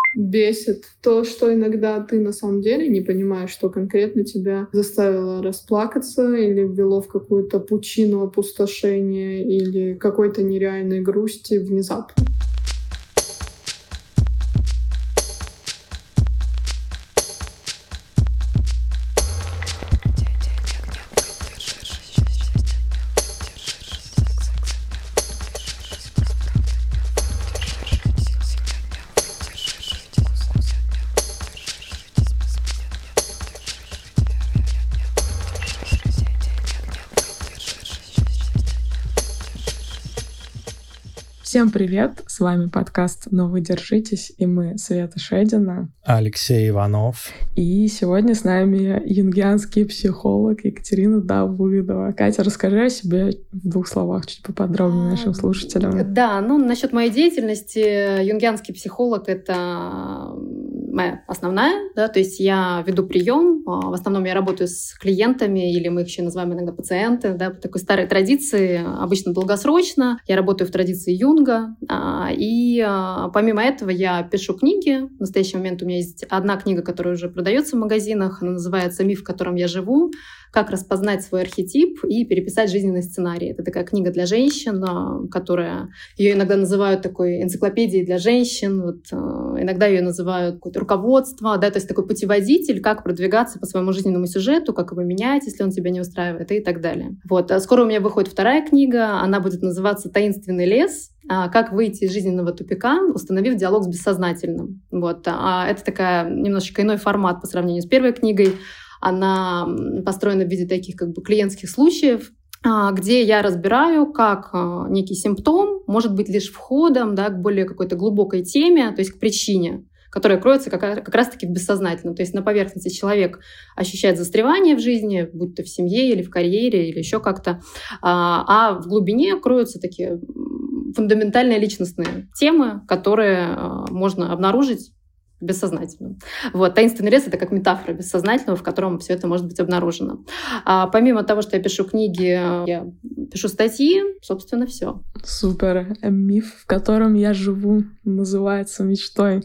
Бесит то, что иногда ты на самом деле не понимаешь, что конкретно тебя заставило расплакаться или ввело в какую-то пучину опустошения или какой-то нереальной грусти внезапно. Всем привет! С вами подкаст «Но вы держитесь», и мы Света Шедина, Алексей Иванов. И сегодня с нами юнгианский психолог Екатерина Давыдова. Катя, расскажи о себе в 2 словах, чуть поподробнее нашим слушателям. Да, насчет моей деятельности, юнгианский психолог — это моя основная, да, то есть я веду прием. В основном я работаю с клиентами, или мы их еще называем иногда пациенты, да, по такой старой традиции, обычно долгосрочно. Я работаю в традиции Юнга, и помимо этого я пишу книги. В настоящий момент у меня есть одна книга, которая уже продается в магазинах, она называется «Миф, в котором я живу. Как распознать свой архетип и переписать жизненный сценарий». Это такая книга для женщин, которая... Ее иногда называют такой энциклопедией для женщин, иногда ее называют какое-то руководство, да, то есть такой путеводитель, как продвигаться по своему жизненному сюжету, как его менять, если он тебя не устраивает, и так далее. Скоро у меня выходит 2-я книга, она будет называться «Таинственный лес. Как выйти из жизненного тупика, установив диалог с бессознательным». Это такая немножечко иной формат по сравнению с 1-й книгой. Она построена в виде таких клиентских случаев, где я разбираю, как некий симптом может быть лишь входом, да, к более какой-то глубокой теме, то есть к причине, которая кроется как раз-таки в бессознательном. То есть на поверхности человек ощущает застревание в жизни, будь то в семье или в карьере, или еще как-то, а в глубине кроются такие фундаментальные личностные темы, которые можно обнаружить бессознательном. «Таинственный лес» — это как метафора бессознательного, в котором все это может быть обнаружено. Помимо того, что я пишу книги, я пишу статьи, собственно, все. Супер. «Миф, в котором я живу», называется мечтой.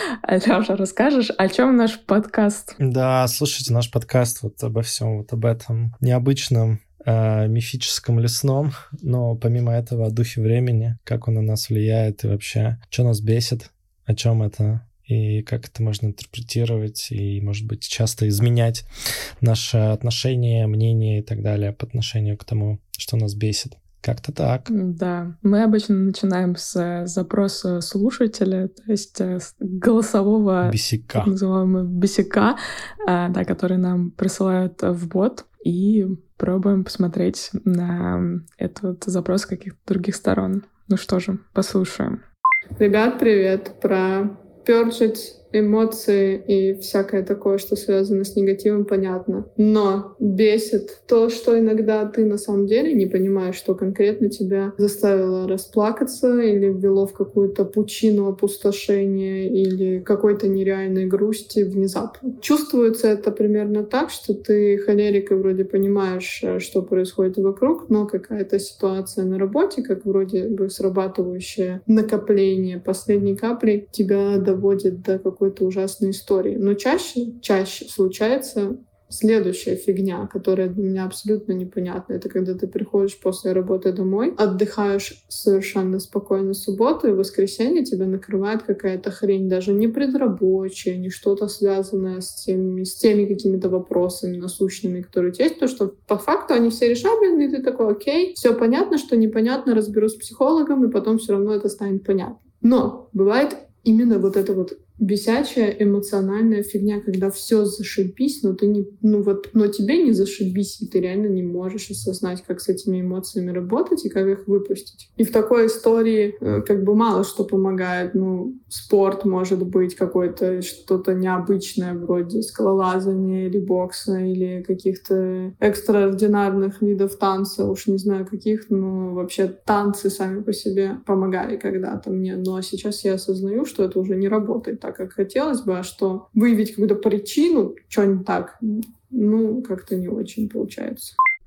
Лёша, расскажешь, о чем наш подкаст? Да, слушайте наш подкаст обо всем об этом необычном, мифическом лесном, но помимо этого о духе времени, как он на нас влияет и вообще, что нас бесит, о чем это, и как это можно интерпретировать, и, может быть, часто изменять наши отношения, мнения и так далее по отношению к тому, что нас бесит. Как-то так. Да. Мы обычно начинаем с запроса слушателя, то есть с голосового бесяка. Так называемого бесяка, да, который нам присылают в бот, и пробуем посмотреть на этот запрос с каких-то других сторон. Ну что же, послушаем. Ребят, привет! Про пёрджить эмоции и всякое такое, что связано с негативом, понятно. Но бесит то, что иногда ты на самом деле не понимаешь, что конкретно тебя заставило расплакаться или ввело в какую-то пучину опустошения или какой-то нереальной грусти внезапно. Чувствуется это примерно так, что ты холерик и вроде понимаешь, что происходит вокруг, но какая-то ситуация на работе, как вроде бы срабатывающее накопление последней капли, тебя доводит до какой-то ужасной истории. Но чаще случается следующая фигня, которая для меня абсолютно непонятна. Это когда ты приходишь после работы домой, отдыхаешь совершенно спокойно субботу, и в воскресенье тебя накрывает какая-то хрень, даже не предрабочая, не что-то связанное с теми какими-то вопросами насущными, которые у тебя есть, потому что по факту они все решабельные, и ты такой: окей, все понятно, что непонятно, разберусь с психологом, и потом все равно это станет понятно. Но бывает именно эта бесячая эмоциональная фигня, когда все зашибись, но ты не, но тебе не зашибись, и ты реально не можешь осознать, как с этими эмоциями работать и как их выпустить. И в такой истории мало что помогает. Спорт может быть какой-то, что-то необычное вроде скалолазания или бокса, или каких-то экстраординарных видов танца, уж не знаю каких, но вообще танцы сами по себе помогали когда-то мне. Но сейчас я осознаю, что это уже не работает так, как хотелось бы, а что выявить какую-то причину, что не так, как-то не очень получается.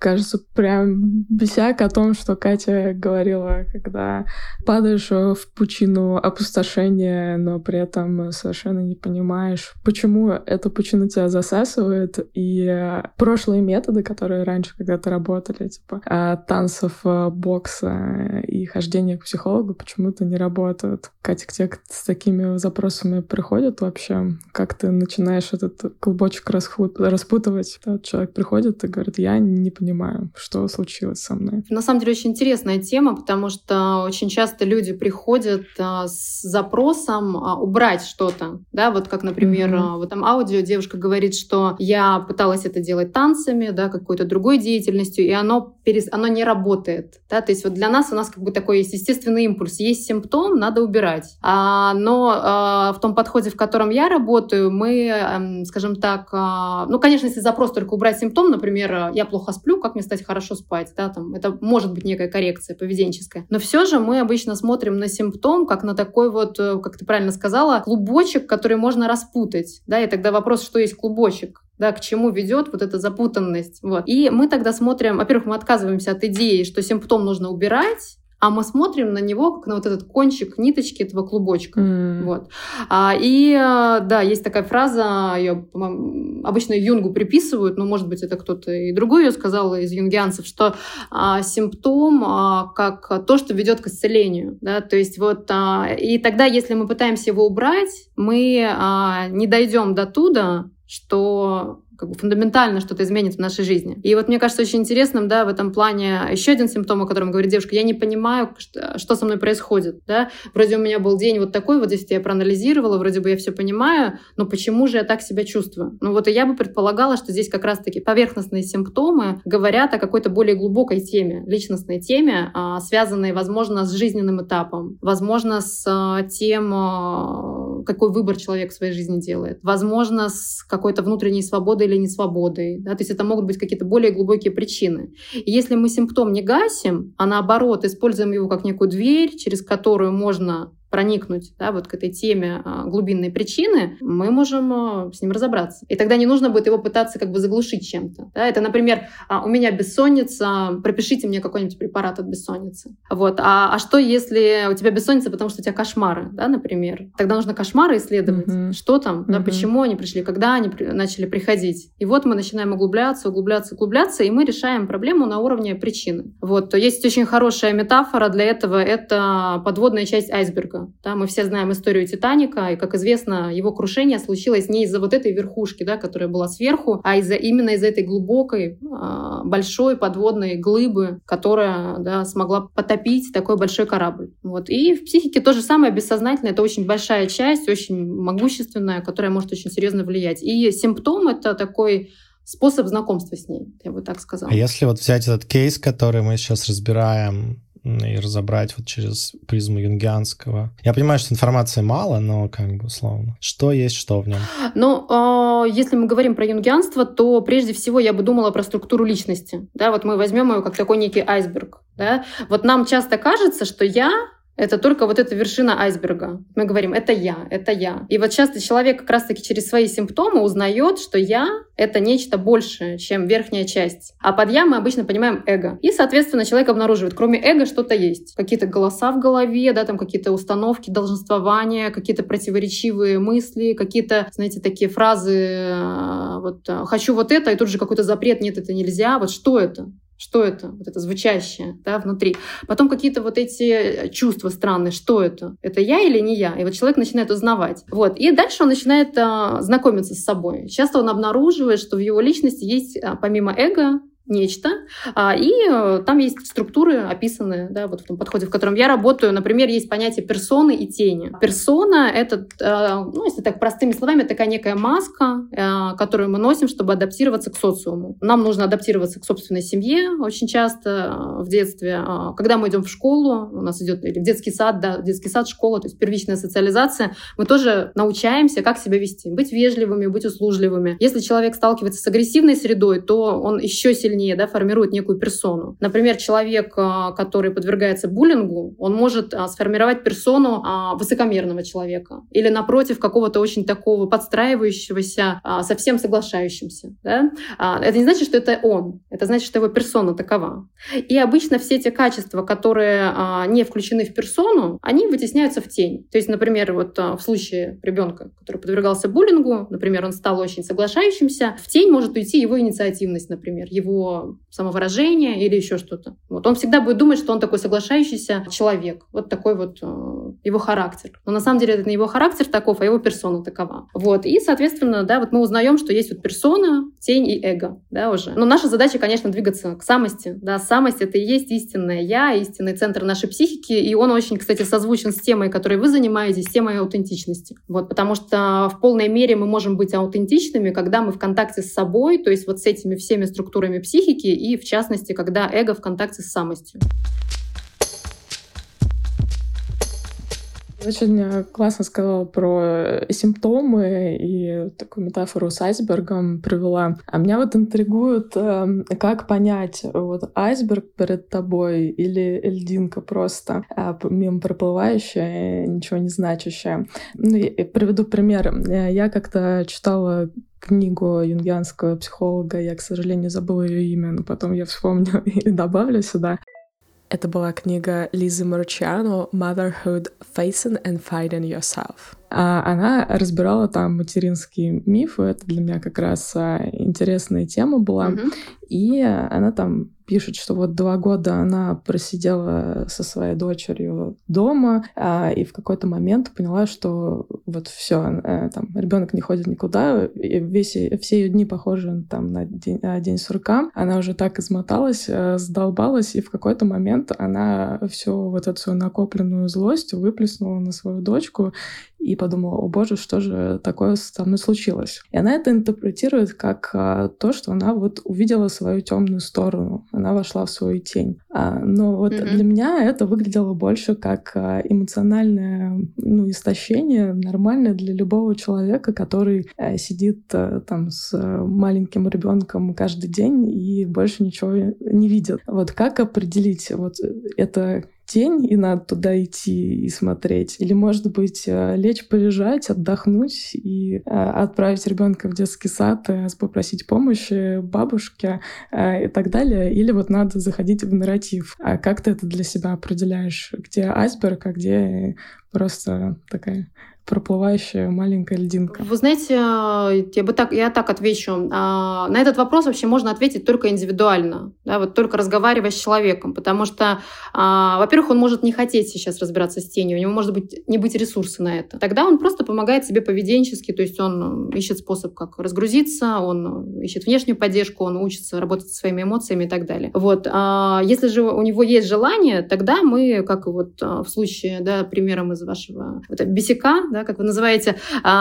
кажется, прям бесяк о том, что Катя говорила, когда падаешь в пучину опустошения, но при этом совершенно не понимаешь, почему эта пучина тебя засасывает, и прошлые методы, которые раньше когда-то работали, типа танцев, бокса и хождения к психологу, почему-то не работают. Катя, к тебе с такими запросами приходят вообще? Как ты начинаешь этот клубочек распутывать? Тот человек приходит и говорит: я не понимаю, что случилось со мной. На самом деле очень интересная тема, потому что очень часто люди приходят с запросом убрать что-то. Да, вот как, например, в этом аудио девушка говорит, что я пыталась это делать танцами, да, какой-то другой деятельностью, и оно не работает. Да? То есть вот для нас у нас как бы такой есть естественный импульс. Есть симптом, надо убирать. Но в том подходе, в котором я работаю, мы, скажем так, конечно, если запрос только убрать симптом, например, я плохо сплю, как мне стать хорошо спать, да, там, это может быть некая коррекция поведенческая. Но все же мы обычно смотрим на симптом как на такой вот, как ты правильно сказала, клубочек, который можно распутать. Да? И тогда вопрос, что есть клубочек? Да, к чему ведет вот эта запутанность. Вот. И мы тогда смотрим, во-первых, мы отказываемся от идеи, что симптом нужно убирать, а мы смотрим на него как на вот этот кончик ниточки этого клубочка. Вот. Есть такая фраза, ее, обычно Юнгу приписывают, но, может быть, это кто-то и другой ее сказал из юнгианцев, что симптом как то, что ведет к исцелению. Да? То есть и тогда, если мы пытаемся его убрать, мы не дойдем до туда, что как бы фундаментально что-то изменит в нашей жизни. И вот мне кажется очень интересным, да, в этом плане еще один симптом, о котором говорит девушка: я не понимаю, что со мной происходит. Да? Вроде у меня был день вот такой, вот здесь я проанализировала, вроде бы я все понимаю, но почему же я так себя чувствую? Ну вот и я бы предполагала, что здесь как раз-таки поверхностные симптомы говорят о какой-то более глубокой теме, личностной теме, связанной, возможно, с жизненным этапом, возможно, с тем, какой выбор человек в своей жизни делает, возможно, с какой-то внутренней свободой или несвободой. Да? То есть это могут быть какие-то более глубокие причины. И если мы симптом не гасим, а наоборот используем его как некую дверь, через которую можно проникнуть, да, вот к этой теме глубинной причины, мы можем с ним разобраться. И тогда не нужно будет его пытаться как бы заглушить чем-то. Да? Это, например, у меня бессонница, пропишите мне какой-нибудь препарат от бессонницы. Вот. А что, если у тебя бессонница, потому что у тебя кошмары, да, например? Тогда нужно кошмары исследовать. Что там, да, почему они пришли, когда они начали приходить. И вот мы начинаем углубляться, и мы решаем проблему на уровне причины. Вот. Есть очень хорошая метафора для этого, это подводная часть айсберга. Да, мы все знаем историю Титаника, и, как известно, его крушение случилось не из-за вот этой верхушки, да, которая была сверху, а именно из-за этой глубокой, большой подводной глыбы, которая, да, смогла потопить такой большой корабль. Вот. И в психике то же самое, бессознательное. Это очень большая часть, очень могущественная, которая может очень серьезно влиять. И симптом — это такой способ знакомства с ней, я бы так сказала. А если вот взять этот кейс, который мы сейчас разбираем, и разобрать вот через призму юнгианского. Я понимаю, что информации мало, но как бы условно. Что есть что в нем? Ну, если мы говорим про юнгианство, то прежде всего я бы думала про структуру личности. Да, вот мы возьмем ее как такой некий айсберг. Да? Вот нам часто кажется, что я — это только вот эта вершина айсберга. Мы говорим: это я, это я. И вот часто человек как раз-таки через свои симптомы узнает, что я — это нечто большее, чем верхняя часть. А под «я» мы обычно понимаем эго. И, соответственно, человек обнаруживает, кроме эго что-то есть. Какие-то голоса в голове, да, там какие-то установки, долженствования, какие-то противоречивые мысли, какие-то, знаете, такие фразы, вот «хочу вот это», и тут же какой-то запрет «нет, это нельзя». Вот что это? Что это? Вот это звучащее, да, внутри. Потом какие-то вот эти чувства странные. Что это? Это я или не я? И вот человек начинает узнавать. Вот. И дальше он начинает знакомиться с собой. Часто он обнаруживает, что в его личности есть, помимо эго, нечто, и там есть структуры описанные, да, вот в том подходе, в котором я работаю. Например, есть понятие персоны и тени. Персона — это, если так простыми словами, такая некая маска, которую мы носим, чтобы адаптироваться к социуму. Нам нужно адаптироваться к собственной семье очень часто в детстве. Когда мы идем в школу, у нас идет или в детский сад, да, детский сад, школа, то есть первичная социализация, мы тоже научаемся, как себя вести, быть вежливыми, быть услужливыми. Если человек сталкивается с агрессивной средой, то он еще сильнее сильнее, да, формирует некую персону. Например, человек, который подвергается буллингу, он может сформировать персону высокомерного человека или, напротив, какого-то очень такого подстраивающегося, совсем соглашающимся. Да? Это не значит, что это он. Это значит, что его персона такова. И обычно все те качества, которые не включены в персону, они вытесняются в тень. То есть, например, вот в случае ребенка, который подвергался буллингу, например, он стал очень соглашающимся, в тень может уйти его инициативность, например, его самовыражение или еще что-то. Вот. Он всегда будет думать, что он такой соглашающийся человек. Вот такой вот его характер. Но на самом деле это не его характер таков, а его персона такова. Вот. И, соответственно, да, вот мы узнаем, что есть вот персона, тень и эго, да, уже. Но наша задача, конечно, двигаться к самости. Да, самость — это и есть истинное я, истинный центр нашей психики, и он очень, кстати, созвучен с темой, которой вы занимаетесь, с темой аутентичности. Вот, потому что в полной мере мы можем быть аутентичными, когда мы в контакте с собой, то есть вот с этими всеми структурами психики, и в частности, когда эго в контакте с самостью. Очень классно сказала про симптомы и такую метафору с айсбергом привела. А меня вот интригует, как понять, вот айсберг перед тобой или льдинка просто мимо проплывающая, ничего не значащая. Ну, я приведу пример. Я как-то читала книгу юнгианского психолога, я, к сожалению, забыла ее имя, но потом я вспомню и добавлю сюда. Это была книга Лизы Марчиано «Motherhood – Facing and Fighting Yourself». Она разбирала там материнские мифы. Это для меня как раз интересная тема была. И она там пишет, что вот 2 года она просидела со своей дочерью дома, и в какой-то момент поняла, что вот все, там ребенок не ходит никуда, и все ее дни похожи там на день сурка. Она уже так измоталась, задолбалась, и в какой-то момент она всю вот эту свою накопленную злость выплеснула на свою дочку и подумала: о боже, что же такое со мной случилось? И она это интерпретирует как то, что она вот увидела свою темную сторону, она вошла в свою тень. Но вот для меня это выглядело больше как эмоциональное истощение, нормальное для любого человека, который сидит там с маленьким ребенком каждый день и больше ничего не видит. Вот как определить вот это тень, и надо туда идти и смотреть? Или, может быть, лечь, полежать, отдохнуть и отправить ребенка в детский сад, попросить помощи бабушке и так далее? Или вот надо заходить в нарратив? А как ты это для себя определяешь? Где айсберг, а где просто такая проплывающая маленькая льдинка? Вы знаете, я так отвечу. На этот вопрос вообще можно ответить только индивидуально, да, вот только разговаривая с человеком, потому что, во-первых, он может не хотеть сейчас разбираться с тенью, у него может не быть ресурса на это. Тогда он просто помогает себе поведенчески, то есть он ищет способ, как разгрузиться, он ищет внешнюю поддержку, он учится работать со своими эмоциями и так далее. Вот. Если же у него есть желание, тогда мы, как вот в случае, да, примером из вашего бесяка, да, как вы называете,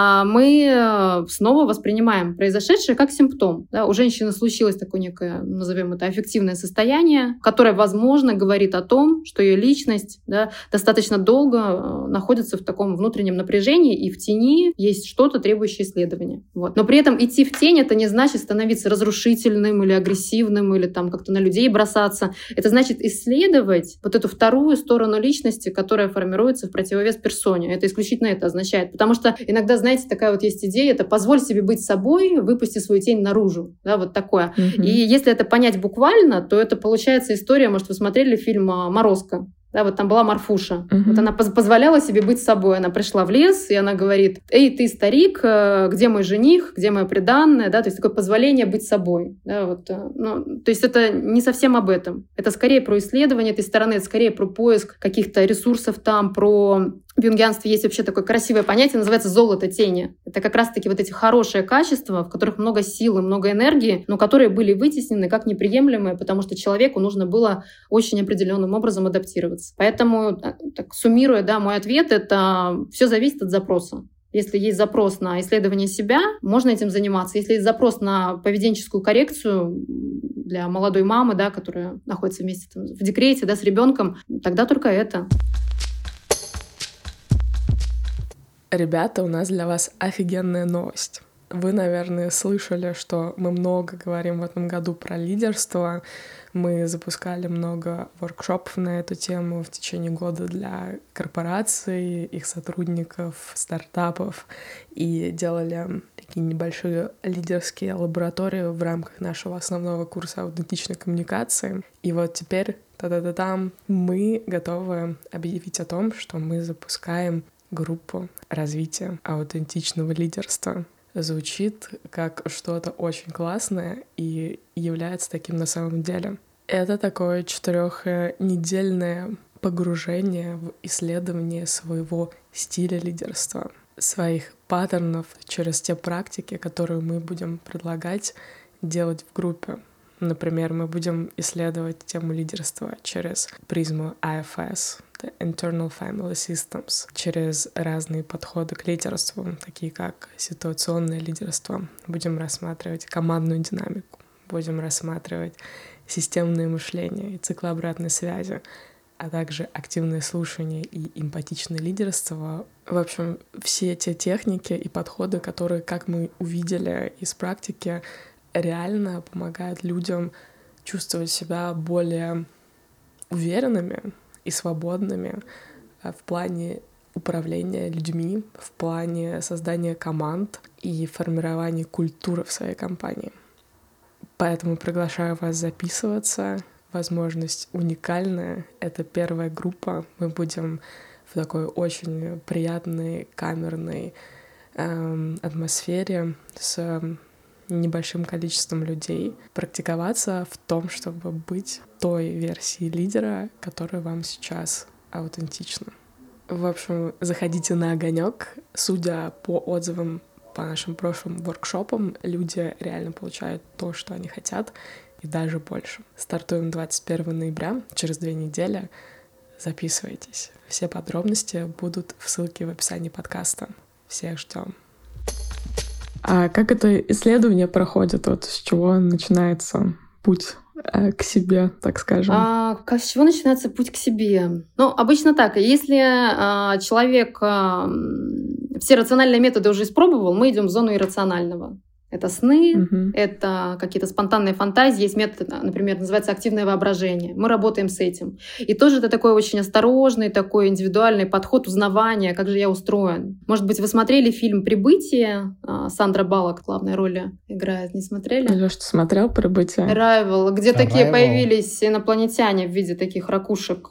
мы снова воспринимаем произошедшее как симптом. Да. У женщины случилось такое некое, назовем это, аффективное состояние, которое, возможно, говорит о том, что ее личность, да, достаточно долго находится в таком внутреннем напряжении, и в тени есть что-то, требующее исследования. Вот. Но при этом идти в тень — это не значит становиться разрушительным или агрессивным, или там как-то на людей бросаться. Это значит исследовать вот эту вторую сторону личности, которая формируется в противовес персоне. Это исключительно это означает. Потому что иногда, знаете, такая вот есть идея, это позволь себе быть собой, выпусти свою тень наружу. Да, вот такое. И если это понять буквально, то это получается история, может, вы смотрели фильм «Морозко». Да, вот там была Марфуша. Вот она позволяла себе быть собой. Она пришла в лес, и она говорит: «Эй, ты, старик, где мой жених, где мое приданное?» Да, то есть такое позволение быть собой. Да, вот, то есть это не совсем об этом. Это скорее про исследование этой стороны, это скорее про поиск каких-то ресурсов там, про... В юнгианстве есть вообще такое красивое понятие, называется «золото тени». Это как раз-таки вот эти хорошие качества, в которых много силы, много энергии, но которые были вытеснены как неприемлемые, потому что человеку нужно было очень определенным образом адаптироваться. Поэтому, так, суммируя, да, мой ответ, это все зависит от запроса. Если есть запрос на исследование себя, можно этим заниматься. Если есть запрос на поведенческую коррекцию для молодой мамы, да, которая находится вместе там, в декрете, да, с ребенком, тогда только это. Ребята, у нас для вас офигенная новость. Вы, наверное, слышали, что мы много говорим в этом году про лидерство. Мы запускали много воркшопов на эту тему в течение года для корпораций, их сотрудников, стартапов, и делали такие небольшие лидерские лаборатории в рамках нашего основного курса аутентичной коммуникации. И вот теперь та-да-да-там мы готовы объявить о том, что мы запускаем группу развития аутентичного лидерства. Звучит как что-то очень классное и является таким на самом деле. Это такое 4-недельное погружение в исследование своего стиля лидерства, своих паттернов через те практики, которые мы будем предлагать делать в группе. Например, мы будем исследовать тему лидерства через призму IFS, Internal Family Systems, через разные подходы к лидерству, такие как ситуационное лидерство. Будем рассматривать командную динамику, будем рассматривать системное мышление и циклы обратной связи, а также активное слушание и эмпатичное лидерство. В общем, все те техники и подходы, которые, как мы увидели из практики, реально помогают людям чувствовать себя более уверенными и свободными в плане управления людьми, в плане создания команд и формирования культуры в своей компании. Поэтому приглашаю вас записываться. Возможность уникальная. Это первая группа. Мы будем в такой очень приятной камерной атмосфере с небольшим количеством людей практиковаться в том, чтобы быть той версией лидера, которая вам сейчас аутентична. В общем, заходите на огонек. Судя по отзывам по нашим прошлым воркшопам, люди реально получают то, что они хотят, и даже больше. Стартуем 21 ноября, через 2 недели. Записывайтесь. Все подробности будут в ссылке в описании подкаста. Всех ждем. А как это исследование проходит? Вот с чего начинается путь к себе, так скажем? С чего начинается путь к себе? Ну, обычно так. Если человек все рациональные методы уже испробовал, мы идем в зону иррационального. Это сны, это какие-то спонтанные фантазии. Есть метод, например, называется активное воображение. Мы работаем с этим. И тоже это такой очень осторожный, такой индивидуальный подход узнавания, как же я устроен. Может быть, вы смотрели фильм «Прибытие»? Сандра Баллок в главной роли играет. Не смотрели? Лёш, ты смотрел «Прибытие»? Arrival, где такие появились инопланетяне в виде таких ракушек.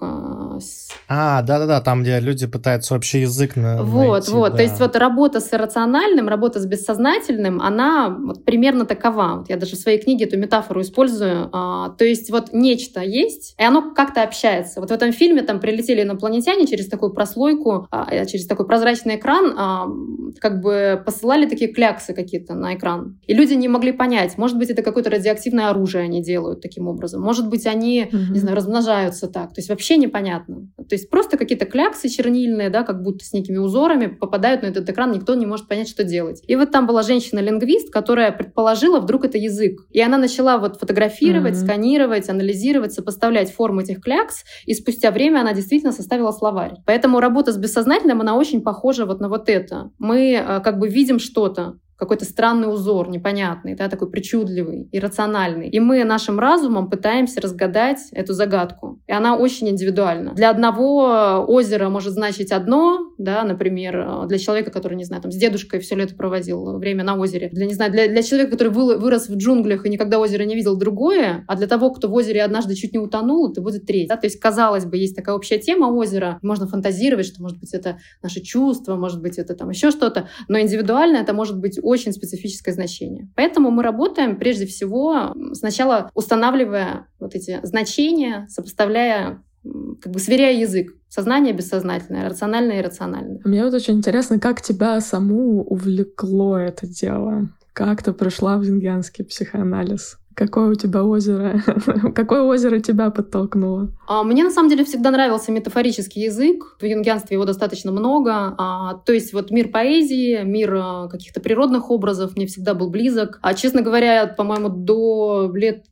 Да-да-да, там, где люди пытаются общий язык найти. Вот. Да. То есть вот работа с иррациональным, работа с бессознательным, она вот примерно такова. Вот я даже в своей книге эту метафору использую. То есть вот нечто есть, и оно как-то общается. Вот в этом фильме там прилетели инопланетяне через такую прослойку, через такой прозрачный экран, как бы посылали такие кляксы какие-то на экран. И люди не могли понять, может быть, это какое-то радиоактивное оружие они делают таким образом, может быть, они, не знаю, размножаются так. То есть вообще непонятно. То есть просто какие-то кляксы чернильные, да, как будто с некими узорами попадают на этот экран, никто не может понять, что делать. И вот там была женщина-лингвист, которая предположила, вдруг это язык. И она начала вот фотографировать, сканировать, анализировать, сопоставлять формы этих клякс, и спустя время она действительно составила словарь. Поэтому работа с бессознательным, она очень похожа вот на вот это. Мы как бы видим что-то, какой-то странный узор, непонятный, да, такой причудливый, иррациональный. И мы нашим разумом пытаемся разгадать эту загадку. И она очень индивидуальна. Для одного озеро может значить одно, да, например, для человека, который, не знаю, там, с дедушкой все лето проводил время на озере. Для человека, который вырос в джунглях и никогда озера не видел, другое. А для того, кто в озере однажды чуть не утонул, это будет третье. Да? То есть, казалось бы, есть такая общая тема озера. Можно фантазировать, что, может быть, это наши чувства, может быть, это там еще что-то. Но индивидуально это может быть очень специфическое значение. Поэтому мы работаем прежде всего сначала устанавливая вот эти значения, сопоставляя, как бы сверяя язык. Сознание бессознательное, рациональное и иррациональное. Мне вот очень интересно, как тебя саму увлекло это дело? Как ты пришла в юнгианский психоанализ? Какое у тебя озеро? Какое озеро тебя подтолкнуло? Мне на самом деле всегда нравился метафорический язык. В юнгианстве его достаточно много. То есть вот мир поэзии, мир каких-то природных образов мне всегда был близок. Честно говоря, по-моему, до лет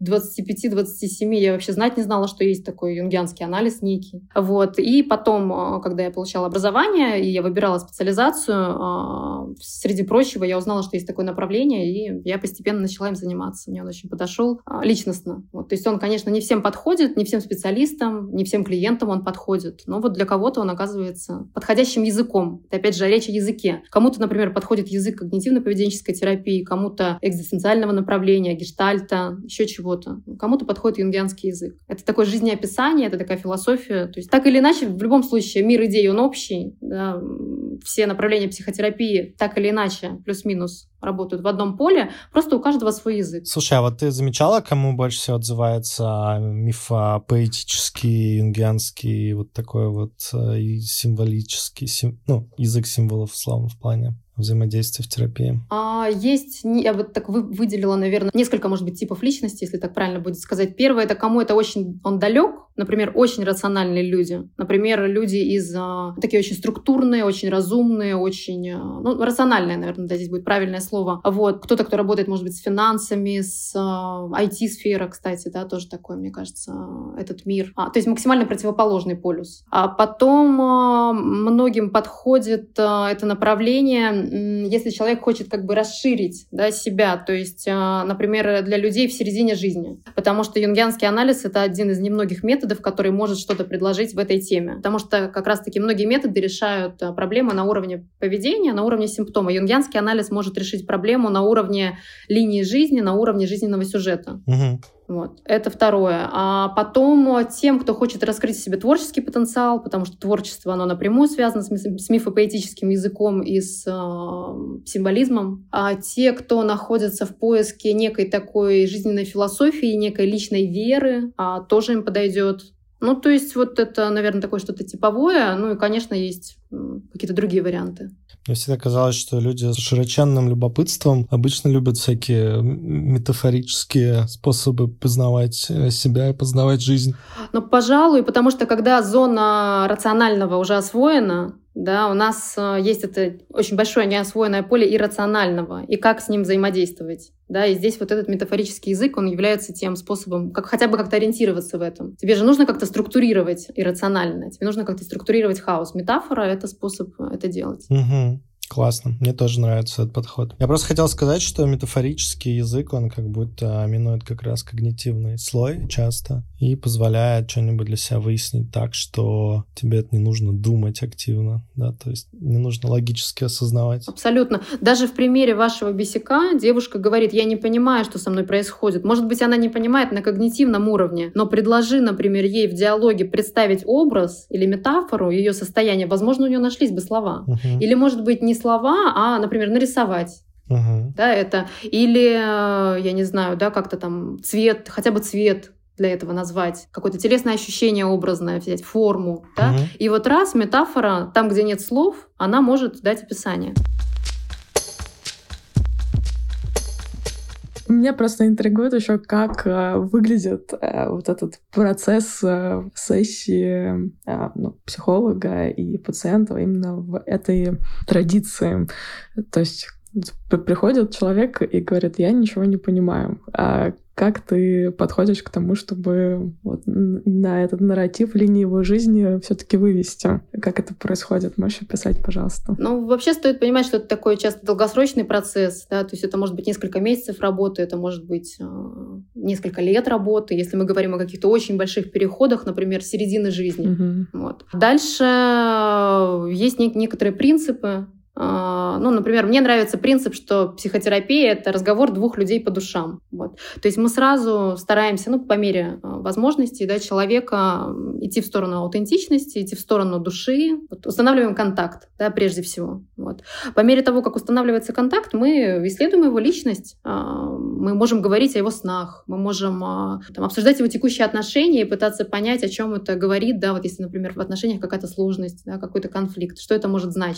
25-27 я вообще знать не знала, что есть такой юнгианский анализ некий. Вот. И потом, когда я получала образование и я выбирала специализацию, среди прочего я узнала, что есть такое направление, и я постепенно начала им заниматься. Мне он очень подошел личностно. Вот. То есть он, конечно, не всем подходит, не всем специалистам, не всем клиентам он подходит, но вот для кого-то он оказывается подходящим языком. Это, опять же, речь о языке. Кому-то, например, подходит язык когнитивно-поведенческой терапии, кому-то экзистенциального направления, гештальта, еще чего-то. Кому-то подходит юнгианский язык. Это такое жизнеописание, это такая философия. То есть так или иначе, в любом случае, мир идей, он общий. Да? Все направления психотерапии так или иначе, плюс-минус, работают в одном поле, просто у каждого свой язык. Слушай, а вот ты замечала, кому больше всего отзывается мифопоэтический, юнгианский, вот такой вот и символический, язык символов, условно, в плане взаимодействия в терапии? Есть, я бы так выделила, наверное, несколько, может быть, типов личности, если так правильно будет сказать. Первое, это кому это очень он далек, например, очень рациональные люди. Например, люди такие очень структурные, очень разумные, очень, рациональные, наверное, да, здесь будет правильное слово. Вот. Кто-то, кто работает, может быть, с финансами, с IT-сферой, кстати, да, тоже такой, мне кажется, этот мир. То есть максимально противоположный полюс. А потом многим подходит это направление, если человек хочет как бы расширить, да, себя, то есть, например, для людей в середине жизни. Потому что юнгианский анализ — это один из немногих методов, который может что-то предложить в этой теме. Потому что как раз-таки многие методы решают проблемы на уровне поведения, на уровне симптома. Юнгианский анализ может решить проблему на уровне линии жизни, на уровне жизненного сюжета. Угу. Вот. Это второе. А потом тем, кто хочет раскрыть в себе творческий потенциал, потому что творчество, оно напрямую связано с мифопоэтическим языком и с символизмом. А те, кто находится в поиске некой такой жизненной философии, некой личной веры, тоже им подойдет. То есть вот это, наверное, такое что-то типовое. И, конечно, есть какие-то другие варианты. Мне всегда казалось, что люди с широченным любопытством обычно любят всякие метафорические способы познавать себя и познавать жизнь. Пожалуй, потому что когда зона рационального уже освоена, да, у нас есть это очень большое неосвоенное поле иррационального, и как с ним взаимодействовать. Да, и здесь вот этот метафорический язык, он является тем способом, как хотя бы как-то ориентироваться в этом. Тебе же нужно как-то структурировать иррационально, тебе нужно как-то структурировать хаос. Метафора — это способ это делать. Угу. Классно. Мне тоже нравится этот подход. Я просто хотел сказать, что метафорический язык, он как будто минует как раз когнитивный слой часто и позволяет что-нибудь для себя выяснить так, что тебе это не нужно думать активно, да, то есть не нужно логически осознавать. Абсолютно. Даже в примере вашего бесяка девушка говорит: я не понимаю, что со мной происходит. Может быть, она не понимает на когнитивном уровне, но предложи, например, ей в диалоге представить образ или метафору ее состояния, возможно, у нее нашлись бы слова. Или, может быть, не слова, а, например, нарисовать. Да, это. Или, я не знаю, да, как-то там цвет, хотя бы цвет для этого назвать, какое-то телесное ощущение образное, взять форму. Да? И вот раз метафора, там, где нет слов, она может дать описание. Меня просто интригует еще, как выглядит вот этот процесс сессии психолога и пациента именно в этой традиции. То есть приходит человек и говорит: я ничего не понимаю. А как ты подходишь к тому, чтобы вот на этот нарратив линии его жизни все-таки вывести? Как это происходит? Можешь описать, пожалуйста? Вообще стоит понимать, что это такой часто долгосрочный процесс, да, то есть это может быть несколько месяцев работы, это может быть несколько лет работы, если мы говорим о каких-то очень больших переходах, например, середины жизни. Вот. Дальше есть некоторые принципы. Например, мне нравится принцип, что психотерапия — это разговор двух людей по душам. Вот. То есть мы сразу стараемся, по мере возможностей, да, человека идти в сторону аутентичности, идти в сторону души. Вот. Устанавливаем контакт, да, прежде всего. Вот. По мере того, как устанавливается контакт, мы исследуем его личность. Мы можем говорить о его снах, мы можем обсуждать его текущие отношения и пытаться понять, о чем это говорит. Да, вот если, например, в отношениях какая-то сложность, да, какой-то конфликт, что это может значить.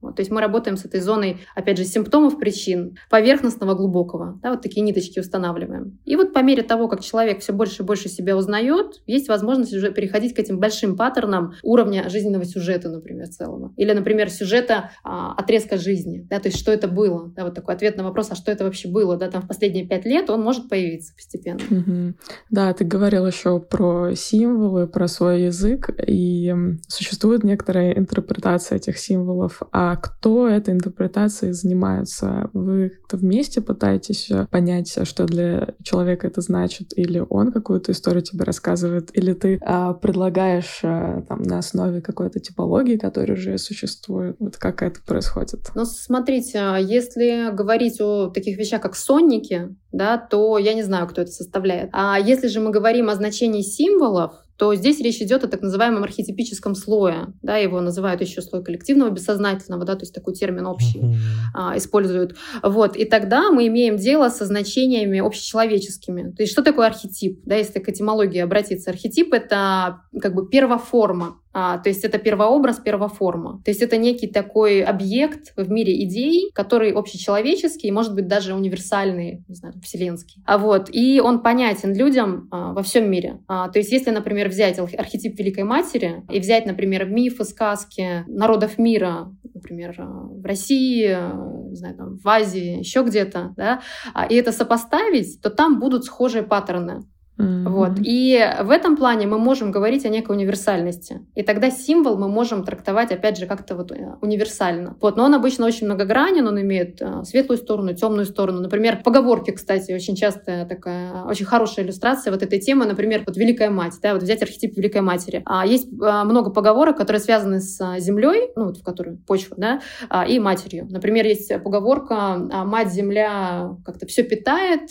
Вот, то есть мы работаем с этой зоной, опять же, симптомов, причин, поверхностного, глубокого. Да, вот такие ниточки устанавливаем. И вот по мере того, как человек все больше и больше себя узнает, есть возможность уже переходить к этим большим паттернам уровня жизненного сюжета, например, целого. Или, например, сюжета отрезка жизни. Да, то есть что это было? Да, вот такой ответ на вопрос, а что это вообще было? Да, там в последние 5 лет он может появиться постепенно. Угу. Да, ты говорил еще про символы, про свой язык, и существует некоторая интерпретация этих символов. А кто этой интерпретацией занимается? Вы как-то вместе пытаетесь понять, что для человека это значит? Или он какую-то историю тебе рассказывает? Или ты предлагаешь там, на основе какой-то типологии, которая уже существует? Вот как это происходит? Ну, смотрите, если говорить о таких вещах, как сонники, да, то я не знаю, кто это составляет. А если же мы говорим о значении символов, то здесь речь идет о так называемом архетипическом слое. Да, его называют еще слой коллективного бессознательного, да, то есть такой термин общий используют. Вот, и тогда мы имеем дело со значениями общечеловеческими. То есть что такое архетип? Да, если к этимологии обратиться, архетип — это как бы первоформа. То есть это первообраз, первоформа. То есть это некий такой объект в мире идей, который общечеловеческий, может быть, даже универсальный, не знаю, вселенский. Вот. И он понятен людям во всем мире. То есть если, например, взять архетип Великой Матери и взять, например, мифы, сказки народов мира, например, в России, не знаю, там, в Азии, еще где-то, да, и это сопоставить, то там будут схожие паттерны. Вот. И в этом плане мы можем говорить о некой универсальности. И тогда символ мы можем трактовать, опять же, как-то вот универсально. Вот. Но он обычно очень многогранен, он имеет светлую сторону, темную сторону. Например, поговорки, кстати, очень часто такая, очень хорошая иллюстрация вот этой темы. Например, вот Великая Мать, да, вот взять архетип Великой Матери. Есть много поговорок, которые связаны с землей, ну вот в которой почва, да, и матерью. Например, есть поговорка «Мать-Земля как-то все питает»,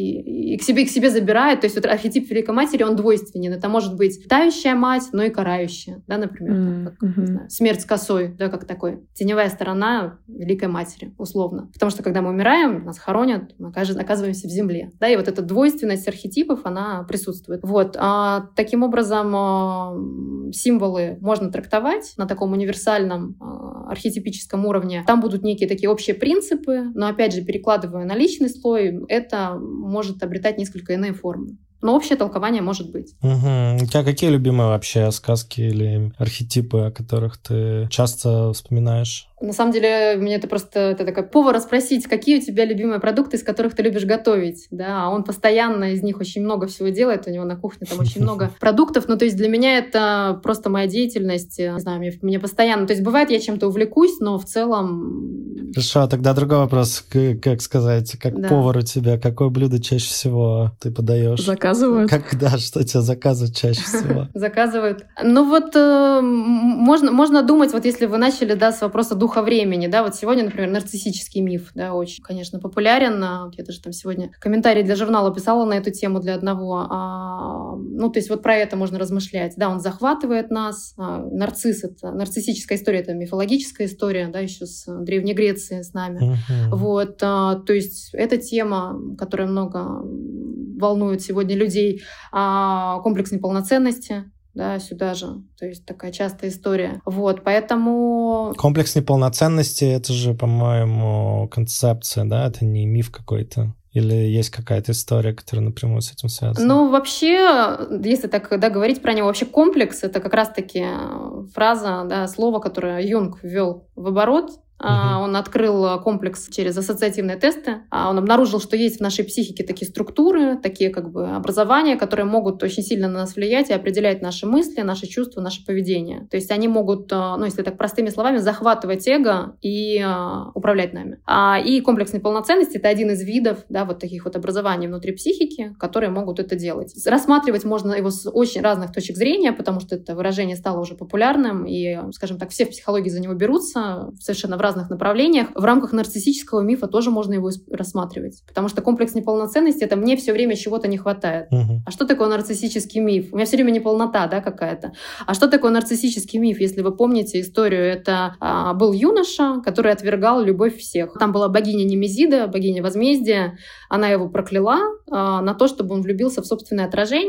и к себе забирает. То есть вот архетип Великой Матери, он двойственен. Это может быть тающая мать, но и карающая. Да, например, не знаю, смерть с косой, да, как такой. Теневая сторона Великой Матери, условно. Потому что когда мы умираем, нас хоронят, мы оказываемся в земле. Да, и вот эта двойственность архетипов, она присутствует. Вот. Таким образом, символы можно трактовать на таком универсальном архетипическом уровне. Там будут некие такие общие принципы, но, опять же, перекладывая на личный слой, это может обретать несколько иные формы. Но общее толкование может быть. У тебя какие любимые вообще сказки или архетипы, о которых ты часто вспоминаешь? На самом деле, мне это просто такой повод расспросить, какие у тебя любимые продукты, из которых ты любишь готовить. Да, он постоянно из них очень много всего делает, у него на кухне там очень много продуктов. Ну, то есть для меня это просто моя деятельность. Не знаю, мне постоянно... То есть бывает, я чем-то увлекусь, но в целом... Хорошо, тогда другой вопрос. Как сказать, как повар у тебя, какое блюдо чаще всего ты подаешь? Заказывают. Что тебя заказывают чаще всего? Заказывают. Ну вот можно думать, вот если вы начали, да, с вопроса духа времени, да, вот сегодня, например, нарциссический миф, да, очень, конечно, популярен. Я даже там сегодня комментарий для журнала писала на эту тему для одного. Ну, то есть вот про это можно размышлять. Да, он захватывает нас. Нарцисс — это нарциссическая история, это мифологическая история, да, еще с Древней Греции с нами. Вот, то есть эта тема, которая много волнует сегодня людей, комплекс неполноценности, да, сюда же. То есть такая частая история. Вот, поэтому... Комплекс неполноценности — это же, по-моему, концепция, да? Это не миф какой-то? Или есть какая-то история, которая напрямую с этим связана? Ну, вообще, если так, да, говорить про него, вообще комплекс — это как раз-таки фраза, да, слово, которое Юнг ввел в оборот. Он открыл комплекс через ассоциативные тесты. Он обнаружил, что есть в нашей психике такие структуры, такие как бы образования, которые могут очень сильно на нас влиять и определять наши мысли, наши чувства, наше поведение. То есть они могут, ну, если так простыми словами, захватывать эго и управлять нами. И комплекс неполноценности — это один из видов, да, вот таких вот образований внутри психики, которые могут это делать. Рассматривать можно его с очень разных точек зрения, потому что это выражение стало уже популярным, и, скажем так, все в психологии за него берутся совершенно в разных направлениях. В рамках нарциссического мифа тоже можно его рассматривать. Потому что комплекс неполноценности — это мне все время чего-то не хватает. А что такое нарциссический миф? У меня все время неполнота, да, какая-то. А что такое нарциссический миф? Если вы помните историю, это был юноша, который отвергал любовь всех. Там была богиня Немезида, богиня возмездия. Она его прокляла на то, чтобы он влюбился в собственное отражение.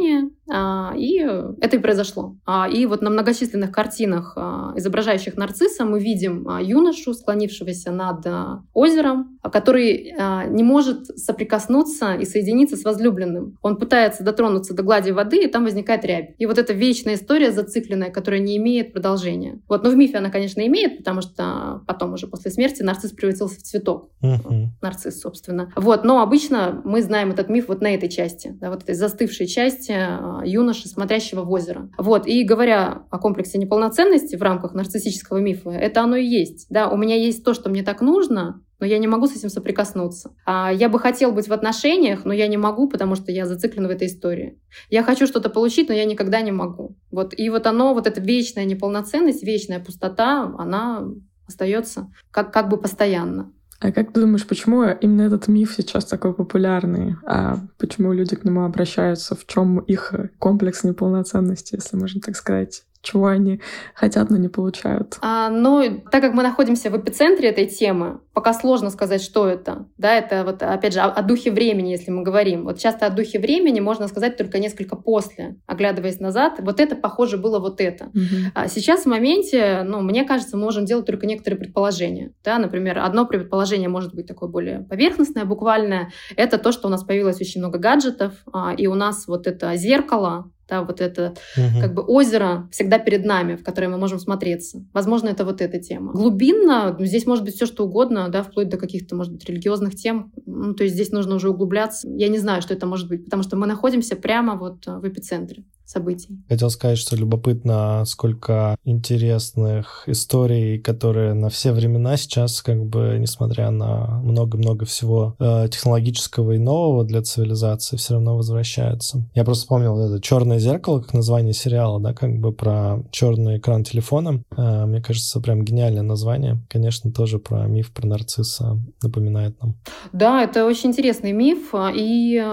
И это и произошло. И вот на многочисленных картинах, изображающих нарцисса, мы видим юношу, склонившегося над озером, который не может соприкоснуться и соединиться с возлюбленным. Он пытается дотронуться до глади воды, и там возникает рябь. И вот эта вечная история зацикленная, которая не имеет продолжения. Вот. Но в мифе она, конечно, имеет, потому что потом уже после смерти нарцисс превратился в цветок. Нарцисс, собственно. Вот. Но обычно мы знаем этот миф вот на этой части, да, вот этой застывшей части юноши, смотрящего в озеро. Вот. И говоря о комплексе неполноценности в рамках нарциссического мифа, это оно и есть. Да, у меня есть то, что мне так нужно, но я не могу с этим соприкоснуться. Я бы хотел быть в отношениях, но я не могу, потому что я зациклен в этой истории. Я хочу что-то получить, но я никогда не могу. Вот. И вот оно, вот эта вечная неполноценность, вечная пустота, она остается как бы постоянно. А как ты думаешь, почему именно этот миф сейчас такой популярный? А почему люди к нему обращаются? В чем их комплекс неполноценности, если можно так сказать? Чего они хотят, но не получают? Ну, так как мы находимся в эпицентре этой темы, пока сложно сказать, что это. Да, это вот, опять же, о духе времени, если мы говорим. Вот часто о духе времени можно сказать только несколько после, оглядываясь назад. Вот это, похоже, было вот это. Сейчас в моменте, мне кажется, мы можем делать только некоторые предположения. Да, например, одно предположение может быть такое более поверхностное, буквальное. Это то, что у нас появилось очень много гаджетов, и у нас вот это зеркало, да, вот это как бы озеро всегда перед нами, в которое мы можем смотреться. Возможно, это вот эта тема. Глубинно здесь может быть все что угодно, да, вплоть до каких-то, может быть, религиозных тем. То есть здесь нужно уже углубляться. Я не знаю, что это может быть, потому что мы находимся прямо вот в эпицентре событий. Хотел сказать, что любопытно, сколько интересных историй, которые на все времена сейчас, как бы, несмотря на много-много всего технологического и нового для цивилизации, все равно возвращаются. Я просто вспомнил это «Черное зеркало», как название сериала, да, как бы про черный экран телефона. Мне кажется, прям гениальное название. Конечно, тоже про миф про нарцисса напоминает нам. Да, это очень интересный миф, и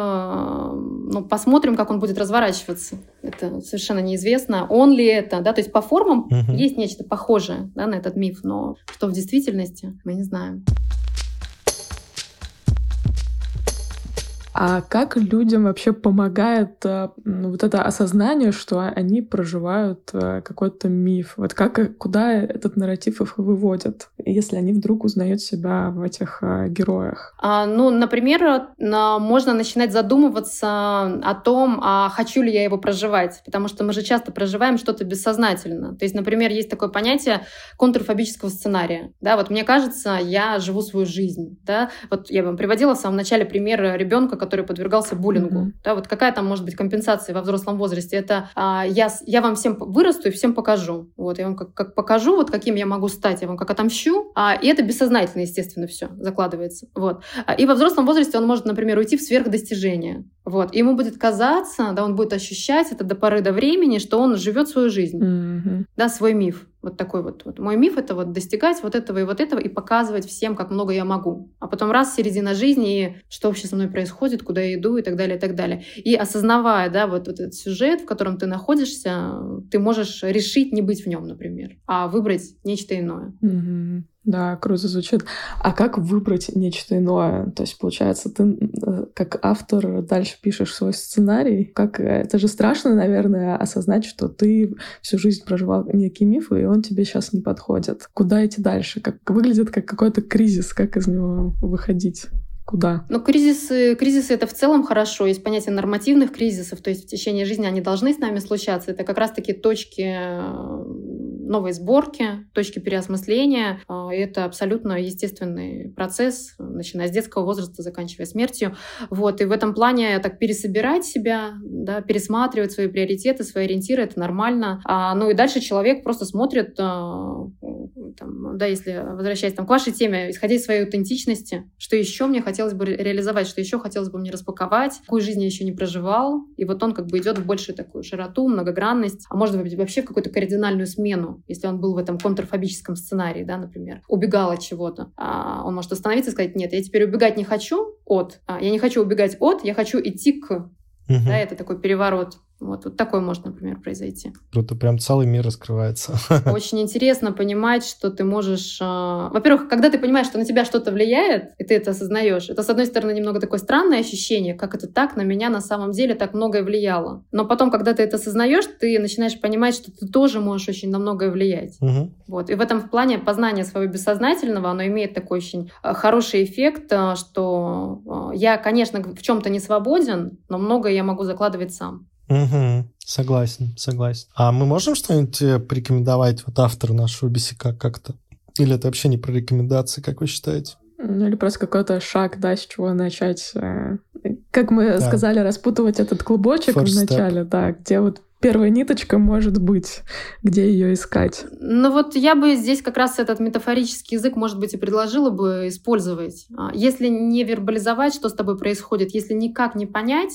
посмотрим, как он будет разворачиваться. Это совершенно неизвестно. Он ли это, да, то есть по формам есть нечто похожее, да, на этот миф, но что в действительности, мы не знаем. А как людям вообще помогает вот это осознание, что они проживают какой-то миф? Вот куда этот нарратив их выводит, если они вдруг узнают себя в этих героях? Например, можно начинать задумываться о том, хочу ли я его проживать, потому что мы же часто проживаем что-то бессознательно. То есть, например, есть такое понятие контрфобического сценария. Да, вот мне кажется, я живу свою жизнь. Да? Вот я вам приводила в самом начале пример ребенка, который подвергался буллингу. Да, вот какая там может быть компенсация во взрослом возрасте? Это я вам всем вырасту и всем покажу. Вот, я вам как покажу, вот каким я могу стать, я вам как отомщу. И это бессознательно, естественно, все закладывается. Вот. И во взрослом возрасте он может, например, уйти в сверхдостижение. Вот. И ему будет казаться, да, он будет ощущать это до поры до времени, что он живет свою жизнь. Да, свой миф. Вот такой вот. Мой миф — это вот достигать вот этого и показывать всем, как много я могу. А потом раз, середина жизни, и что вообще со мной происходит, куда я иду и так далее, и так далее. И осознавая, да, вот этот сюжет, в котором ты находишься, ты можешь решить не быть в нем, например, а выбрать нечто иное. Да, круто звучит. А как выбрать нечто иное? То есть, получается, ты как автор дальше пишешь свой сценарий. Это же страшно, наверное, осознать, что ты всю жизнь проживал некий миф, и он тебе сейчас не подходит. Куда идти дальше? Как выглядит как какой-то кризис? Как из него выходить? Куда? Кризисы — это в целом хорошо. Есть понятие нормативных кризисов, то есть в течение жизни они должны с нами случаться. Это как раз-таки точки новой сборки, точки переосмысления. И это абсолютно естественный процесс, начиная с детского возраста, заканчивая смертью. Вот. И в этом плане так пересобирать себя, да, пересматривать свои приоритеты, свои ориентиры — это нормально. И дальше человек просто смотрит, если возвращаясь к вашей теме, исходя из своей аутентичности, что еще мне хотелось бы реализовать, что еще хотелось бы мне распаковать, какую жизнь я еще не проживал. И вот он как бы идет в большую такую широту, многогранность, а может быть вообще в какую-то кардинальную смену. Если он был в этом контрфобическом сценарии, да, например, убегал от чего-то, он может остановиться и сказать: нет, я теперь убегать не хочу я не хочу убегать от, я хочу идти к. Да, это такой переворот. Вот такое может, например, произойти. Круто, прям целый мир раскрывается. Очень интересно понимать, что ты можешь... Во-первых, когда ты понимаешь, что на тебя что-то влияет, и ты это осознаешь, это, с одной стороны, немного такое странное ощущение, как это так, на меня на самом деле так многое влияло. Но потом, когда ты это осознаешь, ты начинаешь понимать, что ты тоже можешь очень на многое влиять. Вот. И в этом плане познание своего бессознательного, оно имеет такой очень хороший эффект, что я, конечно, в чем-то не свободен, но многое я могу закладывать сам. Согласен. А мы можем что-нибудь порекомендовать автору нашего бесика как-то? Или это вообще не про рекомендации, как вы считаете? Или просто какой-то шаг, да, с чего начать. Как мы сказали, распутывать этот клубочек вначале, да, где вот первая ниточка может быть, где ее искать. Ну вот я бы здесь как раз этот метафорический язык, может быть, и предложила бы использовать. Если не вербализовать, что с тобой происходит, если никак не понять,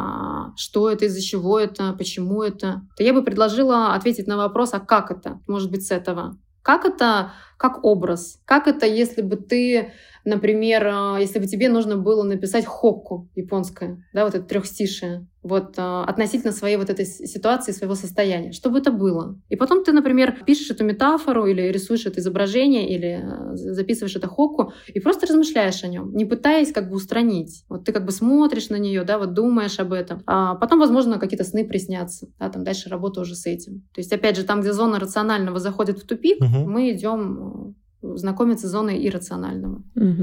что это, из-за чего это, почему это, то я бы предложила ответить на вопрос, а как это? Может быть, с этого. Как это как образ? Как это, если бы ты, например, если бы тебе нужно было написать хокку японское, да, вот это трехстишие, вот относительно своей вот этой ситуации, своего состояния. Что бы это было? И потом ты, например, пишешь эту метафору или рисуешь это изображение, или записываешь это хокку и просто размышляешь о нем, не пытаясь как бы устранить. Вот ты как бы смотришь на нее, да, вот думаешь об этом. А потом, возможно, какие-то сны приснятся, да, там дальше работа уже с этим. То есть, опять же, там, где зона рационального заходит в тупик, мы идем знакомиться с зоной иррационального.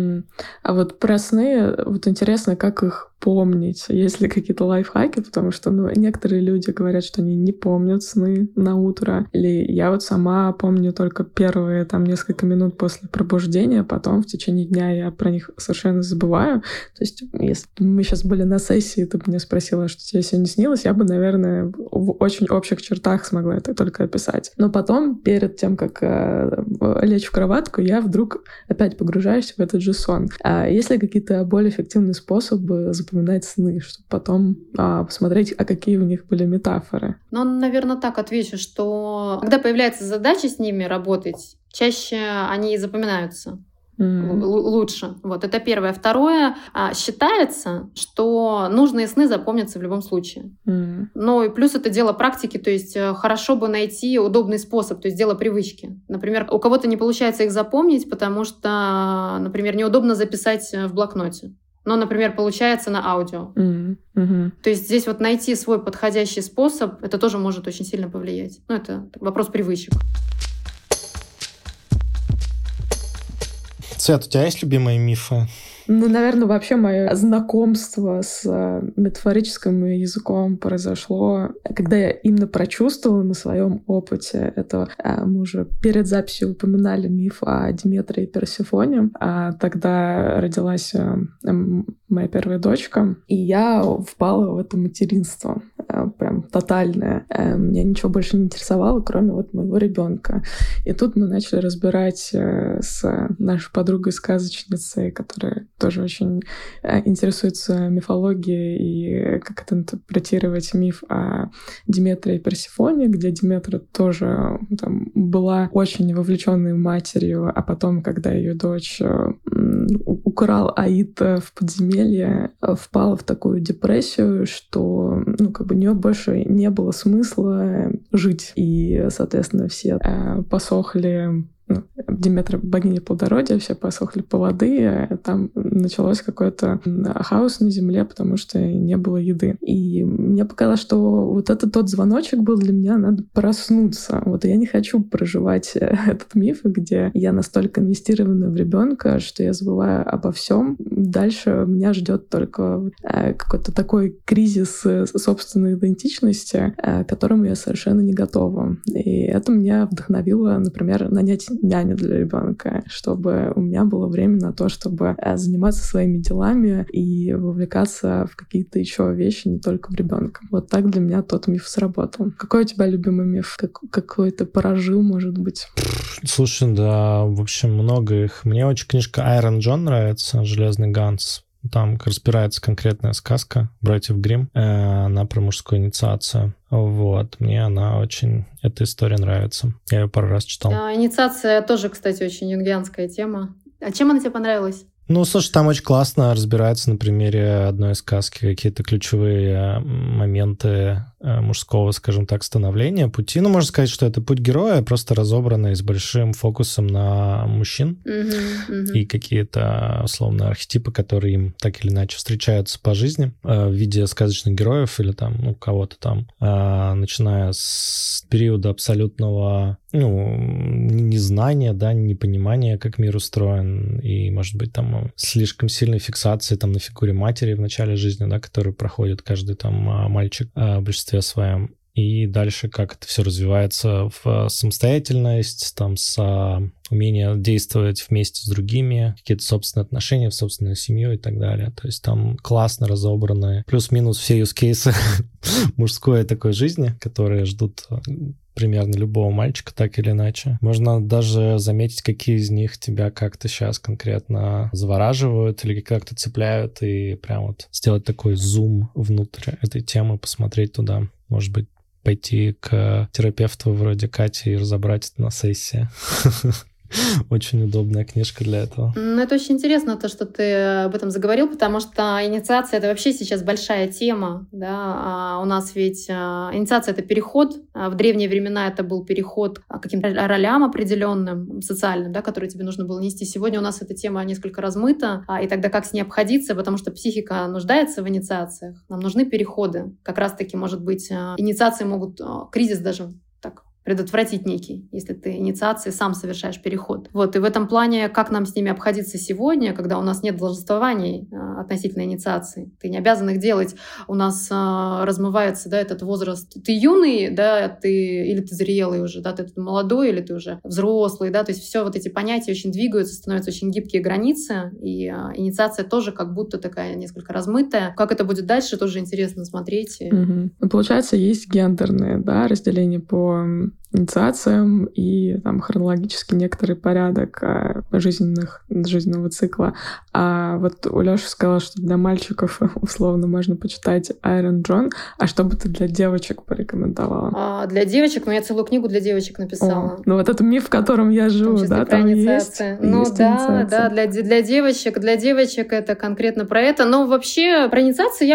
А вот про сны, вот интересно, как их помнить, есть ли какие-то лайфхаки, потому что, некоторые люди говорят, что они не помнят сны на утро, или я вот сама помню только первые там несколько минут после пробуждения, потом в течение дня я про них совершенно забываю. То есть, если бы мы сейчас были на сессии, ты бы меня спросила, что тебе сегодня снилось, я бы, наверное, в очень общих чертах смогла это только описать. Но потом, перед тем, как лечь в кроватку, я вдруг опять погружаюсь в этот же сон. А есть ли какие-то более эффективные способы запоминать сны, чтобы потом посмотреть, какие у них были метафоры? Ну, наверное, так отвечу, что когда появляется задача с ними работать, чаще они запоминаются. Лучше. Вот, это первое. Второе, считается, что нужные сны запомнятся в любом случае. Ну и плюс это дело практики, то есть хорошо бы найти удобный способ, то есть дело привычки. Например, у кого-то не получается их запомнить, потому что, например, неудобно записать в блокноте. Но, например, получается на аудио. То есть здесь вот найти свой подходящий способ, это тоже может очень сильно повлиять. Ну, это вопрос привычек. Свет, у тебя есть любимые мифы? Ну, наверное, вообще мое знакомство с метафорическим языком произошло, когда я именно прочувствовала на своем опыте. Это мы уже перед записью упоминали миф о Диметре и Персефоне. Тогда родилась моя первая дочка, и я впала в это материнство. Прям тотальное. Меня ничего больше не интересовало, кроме вот моего ребенка. И тут мы начали разбирать с нашей подругой-сказочницей, которая тоже очень интересуется мифологией и как это интерпретировать миф о Диметре и Персефоне, где Диметра тоже там была очень вовлеченной матерью, а потом, когда ее дочь украл Аид в подземелье, впала в такую депрессию, что у нее больше не было смысла жить. И, соответственно, все посохли. Диметра — богиня плодородия, все посохли плоды, там началось какой-то хаос на земле, потому что не было еды. И мне показалось, что вот это тот звоночек был для меня, надо проснуться. Вот я не хочу проживать этот миф, где я настолько инвестирована в ребенка, что я забываю обо всем. Дальше меня ждет только какой-то такой кризис собственной идентичности, к которому я совершенно не готова. И это меня вдохновило, например, нанять няню для ребенка, чтобы у меня было время на то, чтобы заниматься своими делами и вовлекаться в какие-то еще вещи, не только в ребенка. Вот так для меня тот миф сработал. Какой у тебя любимый миф? Какой ты прожил, может быть? Слушай, да, в общем, много их. Мне очень книжка Iron John нравится, «Железный Ганс». Там разбирается конкретная сказка братьев Гримм, она про мужскую инициацию. Вот, мне она очень, эта история нравится. Я ее пару раз читал. Инициация тоже, кстати, очень юнгианская тема. А чем она тебе понравилась? Ну, слушай, там очень классно разбирается на примере одной сказки какие-то ключевые моменты мужского, скажем так, становления, пути. Ну, можно сказать, что это путь героя, просто разобранный с большим фокусом на мужчин и какие-то, условно, архетипы, которые им так или иначе встречаются по жизни в виде сказочных героев или там, ну, кого-то там, начиная с периода абсолютного, ну, незнания, да, непонимания, как мир устроен, и, может быть, там слишком сильной фиксации там на фигуре матери в начале жизни, да, которую проходит каждый там мальчик в большинстве своем. И дальше как это все развивается в самостоятельность, там, с умение действовать вместе с другими, какие-то собственные отношения в собственную семью и так далее. То есть там классно разобраны плюс-минус все юзкейсы мужской такой жизни, которые ждут примерно любого мальчика, так или иначе. Можно даже заметить, какие из них тебя как-то сейчас конкретно завораживают или как-то цепляют, и прям вот сделать такой зум внутрь этой темы, посмотреть туда. Может быть, пойти к терапевту вроде Кати и разобрать это на сессии. Очень удобная книжка для этого. Это очень интересно, то, что ты об этом заговорил, потому что инициация — это вообще сейчас большая тема. Да? А у нас ведь инициация — это переход. В древние времена это был переход к каким-то ролям определенным, социальным, да, которые тебе нужно было нести. Сегодня у нас эта тема несколько размыта. И тогда как с ней обходиться? Потому что психика нуждается в инициациях. Нам нужны переходы. Как раз-таки, может быть, инициации могут кризис даже предотвратить некий, если ты инициацией сам совершаешь переход. Вот, и в этом плане, как нам с ними обходиться сегодня, когда у нас нет долженствований относительно инициации, ты не обязан их делать, у нас размывается, да, этот возраст. Ты юный, да, или ты зрелый уже, да, ты молодой, или ты уже взрослый, да, то есть все вот эти понятия очень двигаются, становятся очень гибкие границы, и инициация тоже как будто такая несколько размытая. Как это будет дальше, тоже интересно смотреть. Ну, получается, есть гендерное, да, разделение по инициациям и там хронологически некоторый порядок жизненного цикла. А вот у Лёши сказала, что для мальчиков условно можно почитать Iron John. А что бы ты для девочек порекомендовала? Для девочек, я целую книгу для девочек написала. Ну вот это миф, в котором я живу, да? Там есть инициация. Да, для девочек это конкретно про это. Но вообще про инициацию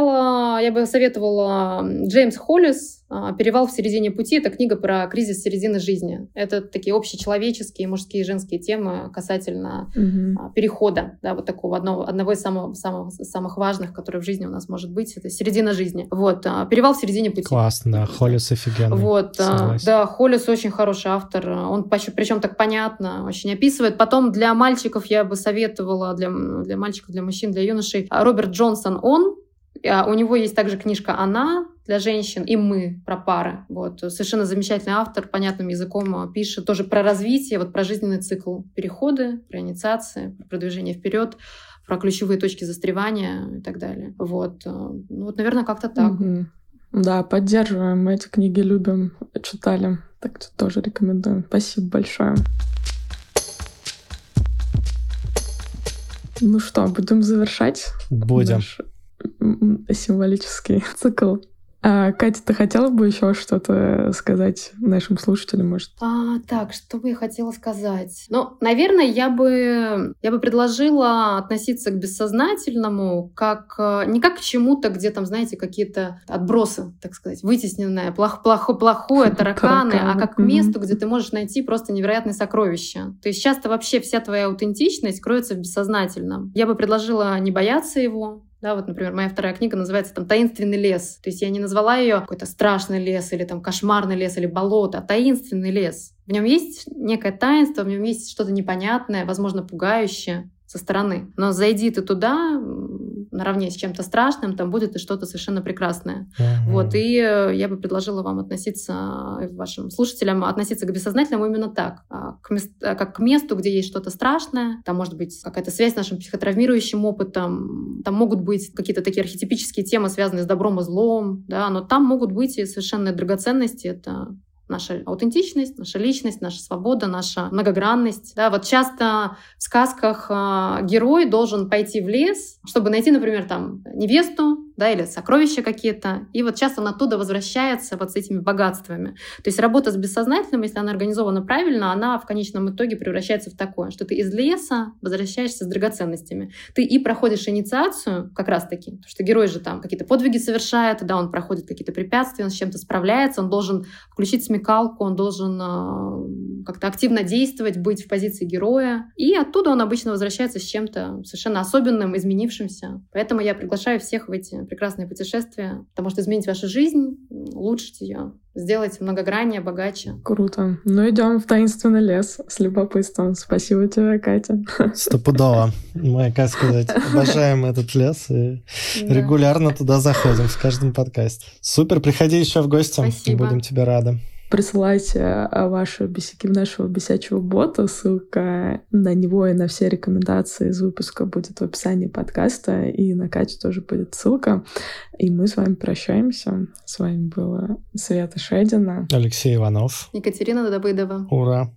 я бы советовала Джеймс Холлис «Перевал в середине пути». Это книга про кризис середины жизни. Это такие общечеловеческие, мужские и женские темы касательно перехода, да, вот такого одного из самых важных, который в жизни у нас может быть, это середина жизни. Вот, «Перевал в середине пути». Классно, да, Холлис офигенный. Вот, да, Холлис очень хороший автор, он причем так понятно очень описывает. Потом для мальчиков я бы советовала, для мальчиков, для мужчин, для юношей, Роберт Джонсон «Он». У него есть также книжка «Она» для женщин и «Мы» про пары. Вот. Совершенно замечательный автор, понятным языком пишет тоже про развитие, вот про жизненный цикл, переходы, про инициации, про продвижение вперед, про ключевые точки застревания и так далее. Вот, наверное, как-то так. Да, поддерживаем. Мы эти книги любим, читали. Так что тоже рекомендуем. Спасибо большое. Ну что, будем завершать? Будем. Наш символический цикл. Катя, ты хотела бы еще что-то сказать нашим слушателям, может? Так, что бы я хотела сказать? Наверное, я бы предложила относиться к бессознательному не как к чему-то, где там, знаете, какие-то отбросы, так сказать, вытесненное, плохое, тараканы, а как к месту, где ты можешь найти просто невероятные сокровища. То есть часто вообще вся твоя аутентичность кроется в бессознательном. Я бы предложила не бояться его. Да, вот, например, моя вторая книга называется там «Таинственный лес». То есть я не назвала ее какой-то страшный лес или там кошмарный лес или болото, а таинственный лес. В нем есть некое таинство, в нем есть что-то непонятное, возможно, пугающее со стороны. Но зайди ты туда наравне с чем-то страшным, там будет и что-то совершенно прекрасное. Вот, и я бы предложила вам вашим слушателям, относиться к бессознательному именно так, как к месту, где есть что-то страшное, там может быть какая-то связь с нашим психотравмирующим опытом, там могут быть какие-то такие архетипические темы, связанные с добром и злом, да, но там могут быть и совершенно драгоценности, это наша аутентичность, наша личность, наша свобода, наша многогранность. Да, вот часто в сказках герой должен пойти в лес, чтобы найти, например, там невесту, да, или сокровища какие-то. И вот часто он оттуда возвращается вот с этими богатствами. То есть работа с бессознательным, если она организована правильно, она в конечном итоге превращается в такое, что ты из леса возвращаешься с драгоценностями. Ты и проходишь инициацию как раз-таки, потому что герой же там какие-то подвиги совершает, да, он проходит какие-то препятствия, он с чем-то справляется, он должен включить смекалку, он должен как-то активно действовать, быть в позиции героя. И оттуда он обычно возвращается с чем-то совершенно особенным, изменившимся. Поэтому я приглашаю всех в эти прекрасные путешествия, потому что изменить вашу жизнь, улучшить ее, сделать многограннее, богаче. Круто. Ну, идем в таинственный лес с любопытством. Спасибо тебе, Катя. Стопудово. Мы, как сказать, обожаем этот лес и регулярно туда заходим в каждом подкасте. Супер, приходи еще в гости. Спасибо. Будем тебе рады. Присылайте ваши бесяки в нашего бесячего бота. Ссылка на него и на все рекомендации из выпуска будет в описании подкаста. И на Катю тоже будет ссылка. И мы с вами прощаемся. С вами была Света Шедина, Алексей Иванов, Екатерина Давыдова. Ура!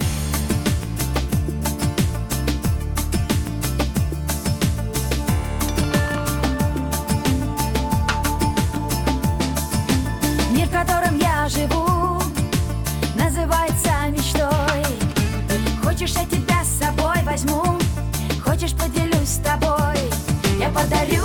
Мир, в котором я живу, называется мечтой. Хочешь, я тебя с собой возьму, хочешь, поделюсь с тобой. Я подарю